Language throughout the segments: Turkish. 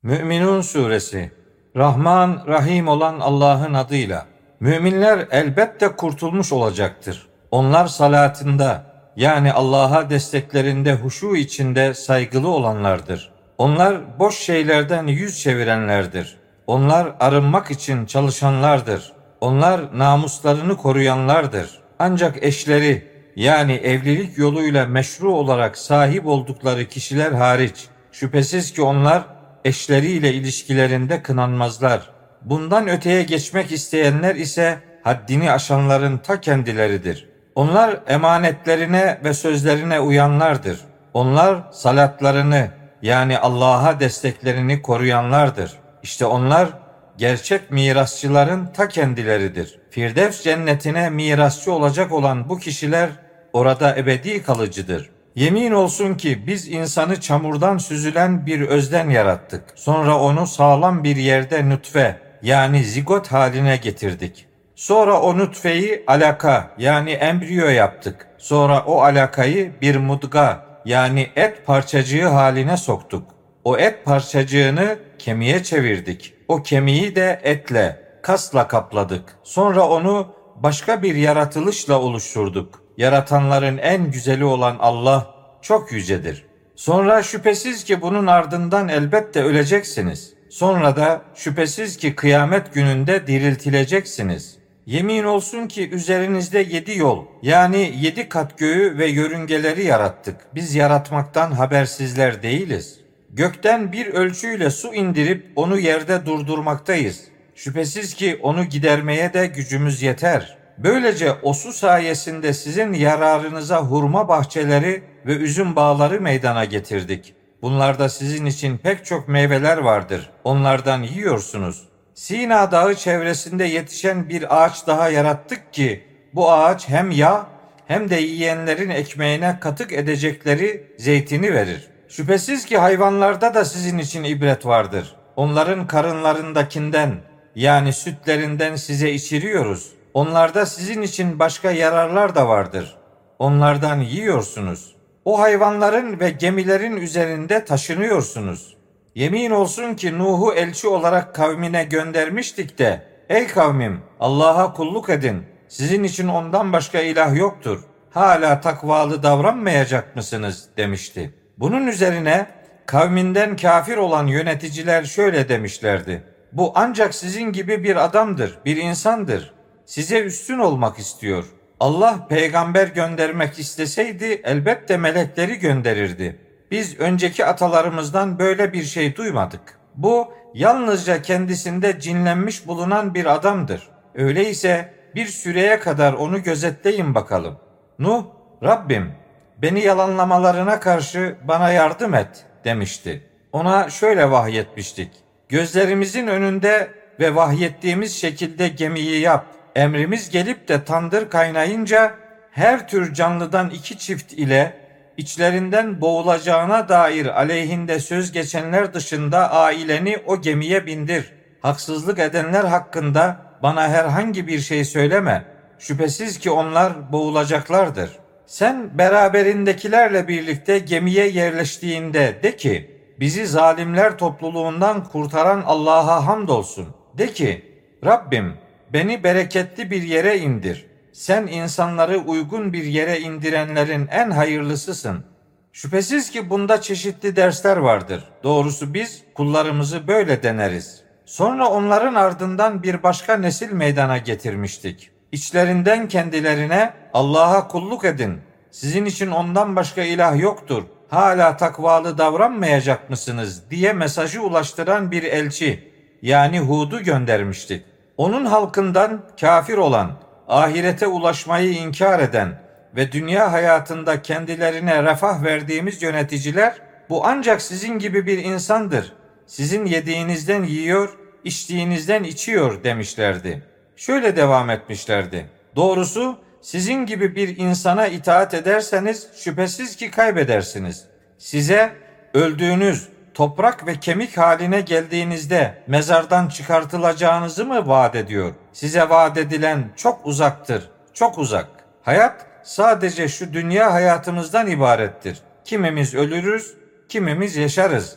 Mü'minun Suresi. Rahman, Rahim olan Allah'ın adıyla. Müminler elbette kurtulmuş olacaktır. Onlar salatında, yani Allah'a desteklerinde huşu içinde saygılı olanlardır. Onlar boş şeylerden yüz çevirenlerdir. Onlar arınmak için çalışanlardır. Onlar namuslarını koruyanlardır. Ancak eşleri, yani evlilik yoluyla meşru olarak sahip oldukları kişiler hariç, şüphesiz ki onlar eşleriyle ilişkilerinde kınanmazlar. Bundan öteye geçmek isteyenler ise haddini aşanların ta kendileridir. Onlar emanetlerine ve sözlerine uyanlardır. Onlar salatlarını, yani Allah'a desteklerini koruyanlardır. İşte onlar gerçek mirasçıların ta kendileridir. Firdevs cennetine mirasçı olacak olan bu kişiler orada ebedi kalıcıdır. Yemin olsun ki biz insanı çamurdan süzülen bir özden yarattık. Sonra onu sağlam bir yerde nutfe, yani zigot haline getirdik. Sonra o nutfeyi alaka, yani embriyo yaptık. Sonra o alakayı bir mudga, yani et parçacığı haline soktuk. O et parçacığını kemiğe çevirdik. O kemiği de etle, kasla kapladık. Sonra onu başka bir yaratılışla oluşturduk. Yaratanların en güzeli olan Allah çok yücedir. Sonra şüphesiz ki bunun ardından elbette öleceksiniz. Sonra da şüphesiz ki kıyamet gününde diriltileceksiniz. Yemin olsun ki üzerinizde 7 yol, yani 7 kat göğü ve yörüngeleri yarattık. Biz yaratmaktan habersizler değiliz. Gökten bir ölçüyle su indirip onu yerde durdurmaktayız. Şüphesiz ki onu gidermeye de gücümüz yeter. Böylece o su sayesinde sizin yararınıza hurma bahçeleri ve üzüm bağları meydana getirdik. Bunlarda sizin için pek çok meyveler vardır. Onlardan yiyorsunuz. Sina Dağı çevresinde yetişen bir ağaç daha yarattık ki bu ağaç hem yağ hem de yiyenlerin ekmeğine katık edecekleri zeytini verir. Şüphesiz ki hayvanlarda da sizin için ibret vardır. Onların karınlarındakinden, yani sütlerinden size içiriyoruz. Onlarda sizin için başka yararlar da vardır. Onlardan yiyorsunuz. O hayvanların ve gemilerin üzerinde taşınıyorsunuz. Yemin olsun ki Nuh'u elçi olarak kavmine göndermiştik de, ey kavmim, Allah'a kulluk edin. Sizin için ondan başka ilah yoktur. Hala takvalı davranmayacak mısınız demişti. Bunun üzerine kavminden kafir olan yöneticiler şöyle demişlerdi. Bu ancak sizin gibi bir adamdır, bir insandır. Size üstün olmak istiyor. Allah peygamber göndermek isteseydi elbette melekleri gönderirdi. Biz önceki atalarımızdan böyle bir şey duymadık. Bu yalnızca kendisinde cinlenmiş bulunan bir adamdır. Öyleyse bir süreye kadar onu gözetleyin bakalım. Nuh, Rabbim beni yalanlamalarına karşı bana yardım et demişti. Ona şöyle vahyetmiştik. Gözlerimizin önünde ve vahyettiğimiz şekilde gemiyi yap. Emrimiz gelip de tandır kaynayınca her tür canlıdan 2 çift ile içlerinden boğulacağına dair aleyhinde söz geçenler dışında aileni o gemiye bindir. Haksızlık edenler hakkında bana herhangi bir şey söyleme. Şüphesiz ki onlar boğulacaklardır. Sen beraberindekilerle birlikte gemiye yerleştiğinde de ki, bizi zalimler topluluğundan kurtaran Allah'a hamdolsun. De ki, Rabbim beni bereketli bir yere indir. Sen insanları uygun bir yere indirenlerin en hayırlısısın. Şüphesiz ki bunda çeşitli dersler vardır. Doğrusu biz kullarımızı böyle deneriz. Sonra onların ardından bir başka nesil meydana getirmiştik. İçlerinden kendilerine Allah'a kulluk edin. Sizin için ondan başka ilah yoktur. Hala takvalı davranmayacak mısınız diye mesajı ulaştıran bir elçi, yani Hud'u göndermiştik. Onun halkından kafir olan, ahirete ulaşmayı inkar eden ve dünya hayatında kendilerine refah verdiğimiz yöneticiler, bu ancak sizin gibi bir insandır. Sizin yediğinizden yiyor, içtiğinizden içiyor demişlerdi. Şöyle devam etmişlerdi. Doğrusu sizin gibi bir insana itaat ederseniz şüphesiz ki kaybedersiniz. Size öldüğünüz, toprak ve kemik haline geldiğinizde mezardan çıkartılacağınızı mı vaat ediyor? Size vaat edilen çok uzaktır, çok uzak. Hayat sadece şu dünya hayatımızdan ibarettir. Kimimiz ölürüz, kimimiz yaşarız.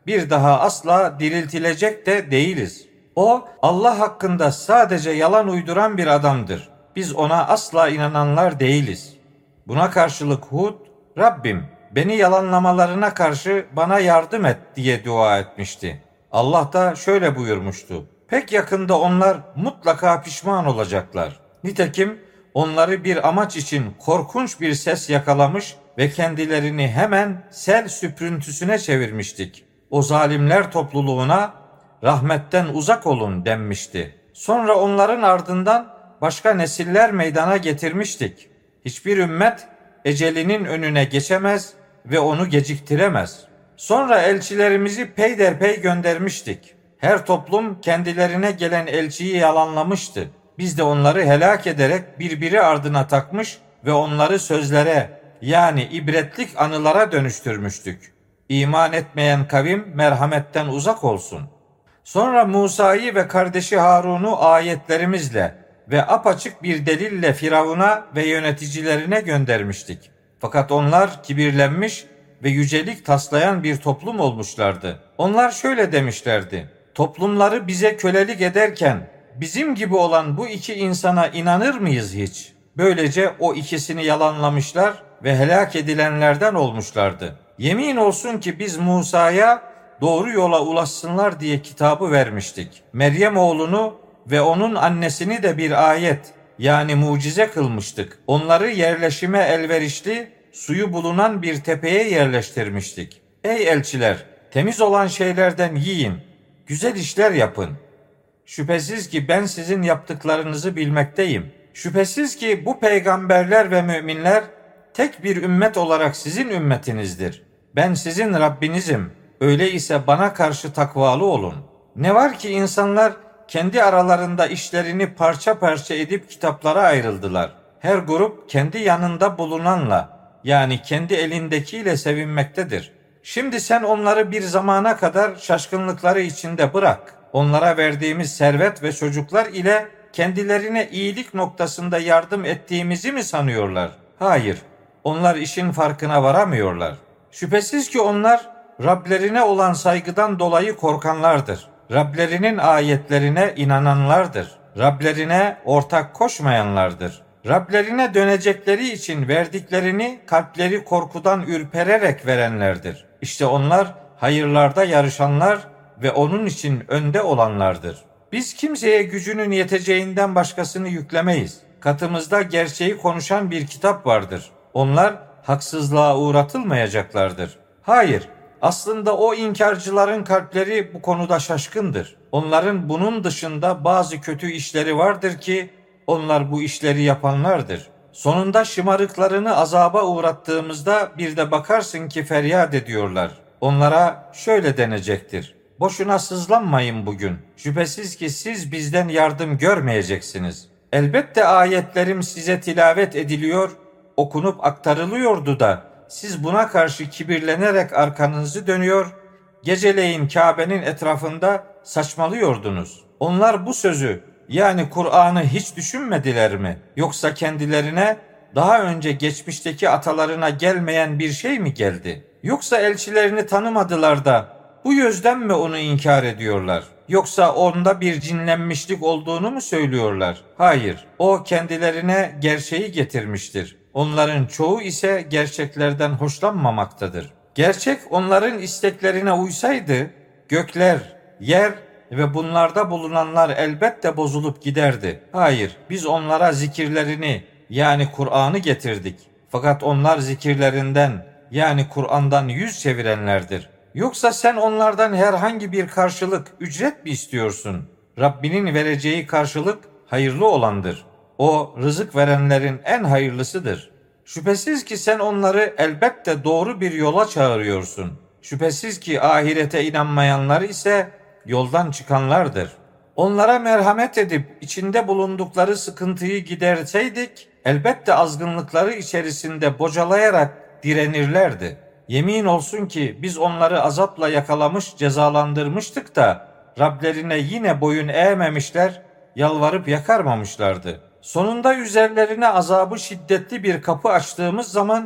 bir daha asla diriltilecek de değiliz. O Allah hakkında sadece yalan uyduran bir adamdır. Biz ona asla inananlar değiliz. Buna karşılık Hud, Rabbim beni yalanlamalarına karşı bana yardım et diye dua etmişti. Allah da şöyle buyurmuştu. Pek yakında onlar mutlaka pişman olacaklar. Nitekim onları bir amaç için korkunç bir ses yakalamış ve kendilerini hemen sel süprüntüsüne çevirmiştik. O zalimler topluluğuna rahmetten uzak olun denmişti. Sonra onların ardından başka nesiller meydana getirmiştik. Hiçbir ümmet ecelinin önüne geçemez ve onu geciktiremez. Sonra elçilerimizi peyderpey göndermiştik. Her toplum kendilerine gelen elçiyi yalanlamıştı. Biz de onları helak ederek birbiri ardına takmış ve onları sözlere, yani ibretlik anılara dönüştürmüştük. İman etmeyen kavim merhametten uzak olsun. Sonra Musa'yı ve kardeşi Harun'u ayetlerimizle ve apaçık bir delille Firavun'a ve yöneticilerine göndermiştik. Fakat onlar kibirlenmiş ve yücelik taslayan bir toplum olmuşlardı. Onlar şöyle demişlerdi: toplumları bize kölelik ederken bizim gibi olan bu iki insana inanır mıyız hiç? Böylece o ikisini yalanlamışlar ve helak edilenlerden olmuşlardı. Yemin olsun ki biz Musa'ya doğru yola ulaşsınlar diye kitabı vermiştik. Meryem oğlunu ve onun annesini de bir ayet, yani mucize kılmıştık. Onları yerleşime elverişli, suyu bulunan bir tepeye yerleştirmiştik. Ey elçiler, temiz olan şeylerden yiyin, güzel işler yapın. Şüphesiz ki ben sizin yaptıklarınızı bilmekteyim. Şüphesiz ki bu peygamberler ve müminler tek bir ümmet olarak sizin ümmetinizdir. Ben sizin Rabbinizim. Öyleyse bana karşı takvalı olun. Ne var ki insanlar kendi aralarında işlerini parça parça edip kitaplara ayrıldılar. Her grup kendi yanında bulunanla, yani kendi elindekiyle sevinmektedir. Şimdi sen onları bir zamana kadar şaşkınlıkları içinde bırak. Onlara verdiğimiz servet ve çocuklar ile kendilerine iyilik noktasında yardım ettiğimizi mi sanıyorlar? Hayır, onlar işin farkına varamıyorlar. Şüphesiz ki onlar Rablerine olan saygıdan dolayı korkanlardır. Rablerinin ayetlerine inananlardır. Rablerine ortak koşmayanlardır. Rablerine dönecekleri için verdiklerini kalpleri korkudan ürpererek verenlerdir. İşte onlar hayırlarda yarışanlar ve onun için önde olanlardır. Biz kimseye gücünün yeteceğinden başkasını yüklemeyiz. Katımızda gerçeği konuşan bir kitap vardır. Onlar haksızlığa uğratılmayacaklardır. Hayır, aslında o inkarcıların kalpleri bu konuda şaşkındır. Onların bunun dışında bazı kötü işleri vardır ki onlar bu işleri yapanlardır. Sonunda şımarıklarını azaba uğrattığımızda bir de bakarsın ki feryat ediyorlar. Onlara şöyle denecektir: boşuna sızlanmayın bugün. Şüphesiz ki siz bizden yardım görmeyeceksiniz. Elbette ayetlerim size tilavet ediliyor, okunup aktarılıyordu da siz buna karşı kibirlenerek arkanızı dönüyor, geceleyin Kabe'nin etrafında saçmalıyordunuz. Onlar bu sözü, yani Kur'an'ı hiç düşünmediler mi? Yoksa kendilerine daha önce geçmişteki atalarına gelmeyen bir şey mi geldi? Yoksa elçilerini tanımadılar da bu yüzden mi onu inkar ediyorlar? Yoksa onda bir cinlenmişlik olduğunu mu söylüyorlar? Hayır, o kendilerine gerçeği getirmiştir. Onların çoğu ise gerçeklerden hoşlanmamaktadır. Gerçek onların isteklerine uysaydı, gökler, yer ve bunlarda bulunanlar elbette bozulup giderdi. Hayır, biz onlara zikirlerini, yani Kur'an'ı getirdik. Fakat onlar zikirlerinden, yani Kur'an'dan yüz çevirenlerdir. Yoksa sen onlardan herhangi bir karşılık, ücret mi istiyorsun? Rabbinin vereceği karşılık hayırlı olandır. O rızık verenlerin en hayırlısıdır. Şüphesiz ki sen onları elbette doğru bir yola çağırıyorsun. Şüphesiz ki ahirete inanmayanlar ise yoldan çıkanlardır. Onlara merhamet edip içinde bulundukları sıkıntıyı giderseydik, elbette azgınlıkları içerisinde bocalayarak direnirlerdi. Yemin olsun ki biz onları azapla yakalamış, cezalandırmıştık da Rablerine yine boyun eğmemişler, yalvarıp yakarmamışlardı. Sonunda üzerlerine azabı şiddetli bir kapı açtığımız zaman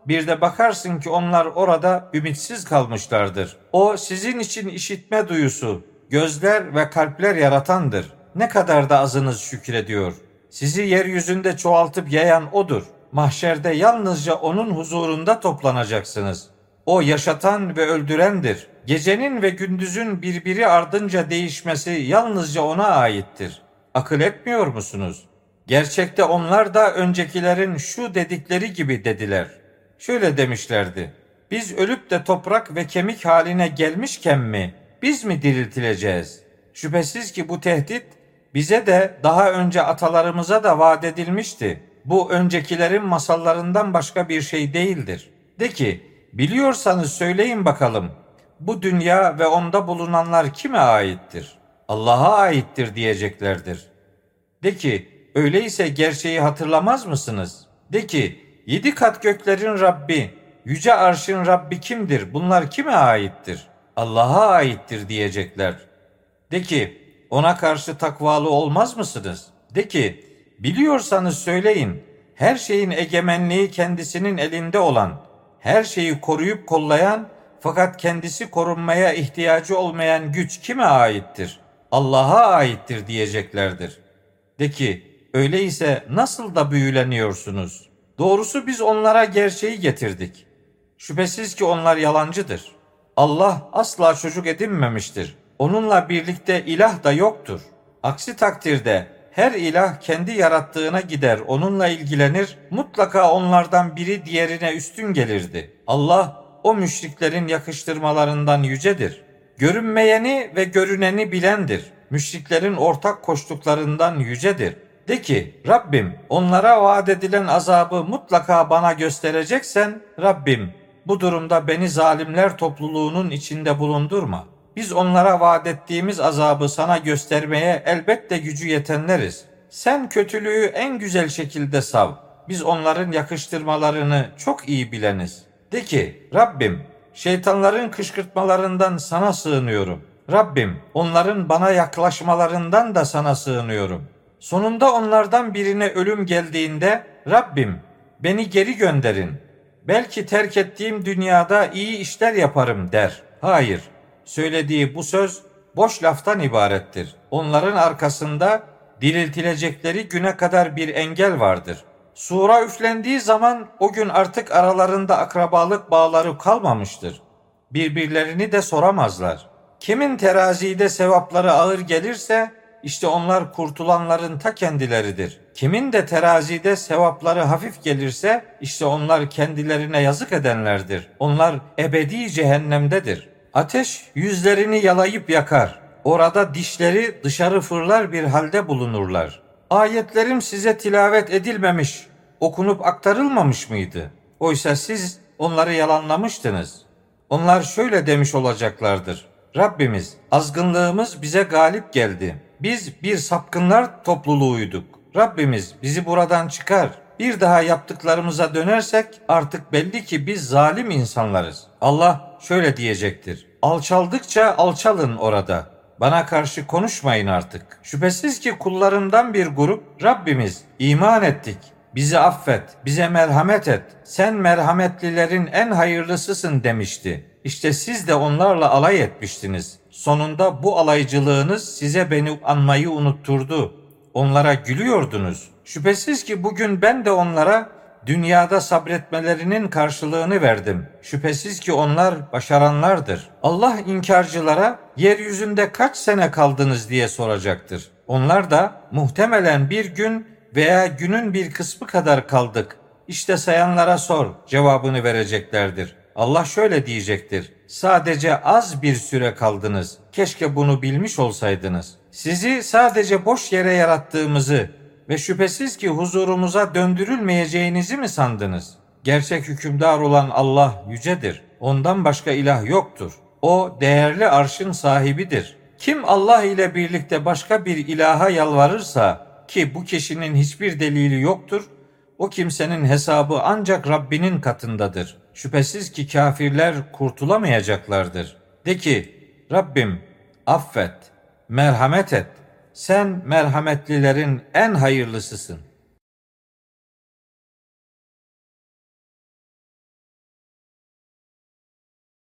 Bir de bakarsın ki onlar orada ümitsiz kalmışlardır. O sizin için işitme duyusu, gözler ve kalpler yaratandır. Ne kadar da azınız şükrediyor. Sizi yeryüzünde çoğaltıp yayan O'dur. Mahşerde yalnızca O'nun huzurunda toplanacaksınız. O yaşatan ve öldürendir. Gecenin ve gündüzün birbiri ardınca değişmesi yalnızca O'na aittir. Akıl etmiyor musunuz? Gerçekte onlar da öncekilerin şu dedikleri gibi dediler. Şöyle demişlerdi: biz ölüp de toprak ve kemik haline gelmişken mi biz mi diriltileceğiz? Şüphesiz ki bu tehdit bize de daha önce atalarımıza da vaat edilmişti. Bu öncekilerin masallarından başka bir şey değildir. De ki, biliyorsanız söyleyin bakalım, bu dünya ve onda bulunanlar kime aittir? Allah'a aittir diyeceklerdir. De ki, öyleyse gerçeği hatırlamaz mısınız? De ki, 7 kat göklerin Rabbi, yüce arşın Rabbi kimdir? Bunlar kime aittir? Allah'a aittir diyecekler. De ki, ona karşı takvalı olmaz mısınız? De ki, biliyorsanız söyleyin, her şeyin egemenliği kendisinin elinde olan, her şeyi koruyup kollayan fakat kendisi korunmaya ihtiyacı olmayan güç kime aittir? Allah'a aittir diyeceklerdir. De ki, öyleyse nasıl da büyüleniyorsunuz? Doğrusu biz onlara gerçeği getirdik. Şüphesiz ki onlar yalancıdır. Allah asla çocuk edinmemiştir. Onunla birlikte ilah da yoktur. Aksi takdirde her ilah kendi yarattığına gider, onunla ilgilenir, mutlaka onlardan biri diğerine üstün gelirdi. Allah o müşriklerin yakıştırmalarından yücedir. Görünmeyeni ve görüneni bilendir. Müşriklerin ortak koştuklarından yücedir. De ki, Rabbim onlara vaat edilen azabı mutlaka bana göstereceksen, Rabbim bu durumda beni zalimler topluluğunun içinde bulundurma. Biz onlara vaat ettiğimiz azabı sana göstermeye elbette gücü yetenleriz. Sen kötülüğü en güzel şekilde sav. Biz onların yakıştırmalarını çok iyi bileniz. De ki, Rabbim şeytanların kışkırtmalarından sana sığınıyorum. Rabbim onların bana yaklaşmalarından da sana sığınıyorum. Sonunda onlardan birine ölüm geldiğinde, Rabbim beni geri gönderin. Belki terk ettiğim dünyada iyi işler yaparım der. Hayır, söylediği bu söz boş laftan ibarettir. Onların arkasında diriltilecekleri güne kadar bir engel vardır. Sura üflendiği zaman o gün artık aralarında akrabalık bağları kalmamıştır. Birbirlerini de soramazlar. Kimin terazide sevapları ağır gelirse işte onlar kurtulanların ta kendileridir. Kimin de terazide sevapları hafif gelirse işte onlar kendilerine yazık edenlerdir. Onlar ebedi cehennemdedir. Ateş yüzlerini yalayıp yakar. Orada dişleri dışarı fırlar bir halde bulunurlar. Ayetlerim size tilavet edilmemiş, okunup aktarılmamış mıydı? Oysa siz onları yalanlamıştınız. Onlar şöyle demiş olacaklardır: Rabbimiz, azgınlığımız bize galip geldi. Biz bir sapkınlar topluluğuyduk. Rabbimiz bizi buradan çıkar. Bir daha yaptıklarımıza dönersek artık belli ki biz zalim insanlarız. Allah şöyle diyecektir: alçaldıkça alçalın orada. Bana karşı konuşmayın artık. Şüphesiz ki kullarımdan bir grup, Rabbimiz iman ettik, bizi affet, bize merhamet et, sen merhametlilerin en hayırlısısın demişti. İşte siz de onlarla alay etmiştiniz. Sonunda bu alaycılığınız size beni anmayı unutturdu. Onlara gülüyordunuz. Şüphesiz ki bugün ben de onlara dünyada sabretmelerinin karşılığını verdim. Şüphesiz ki onlar başaranlardır. Allah inkarcılara yeryüzünde kaç sene kaldınız diye soracaktır. Onlar da muhtemelen bir gün veya günün bir kısmı kadar kaldık. İşte sayanlara sor cevabını vereceklerdir. Allah şöyle diyecektir: sadece az bir süre kaldınız. Keşke bunu bilmiş olsaydınız. Sizi sadece boş yere yarattığımızı ve şüphesiz ki huzurumuza döndürülmeyeceğinizi mi sandınız? Gerçek hükümdar olan Allah yücedir. Ondan başka ilah yoktur. O değerli arşın sahibidir. Kim Allah ile birlikte başka bir ilaha yalvarırsa, ki bu kişinin hiçbir delili yoktur, o kimsenin hesabı ancak Rabbinin katındadır. Şüphesiz ki kafirler kurtulamayacaklardır. De ki, Rabbim affet, merhamet et. Sen merhametlilerin en hayırlısısın.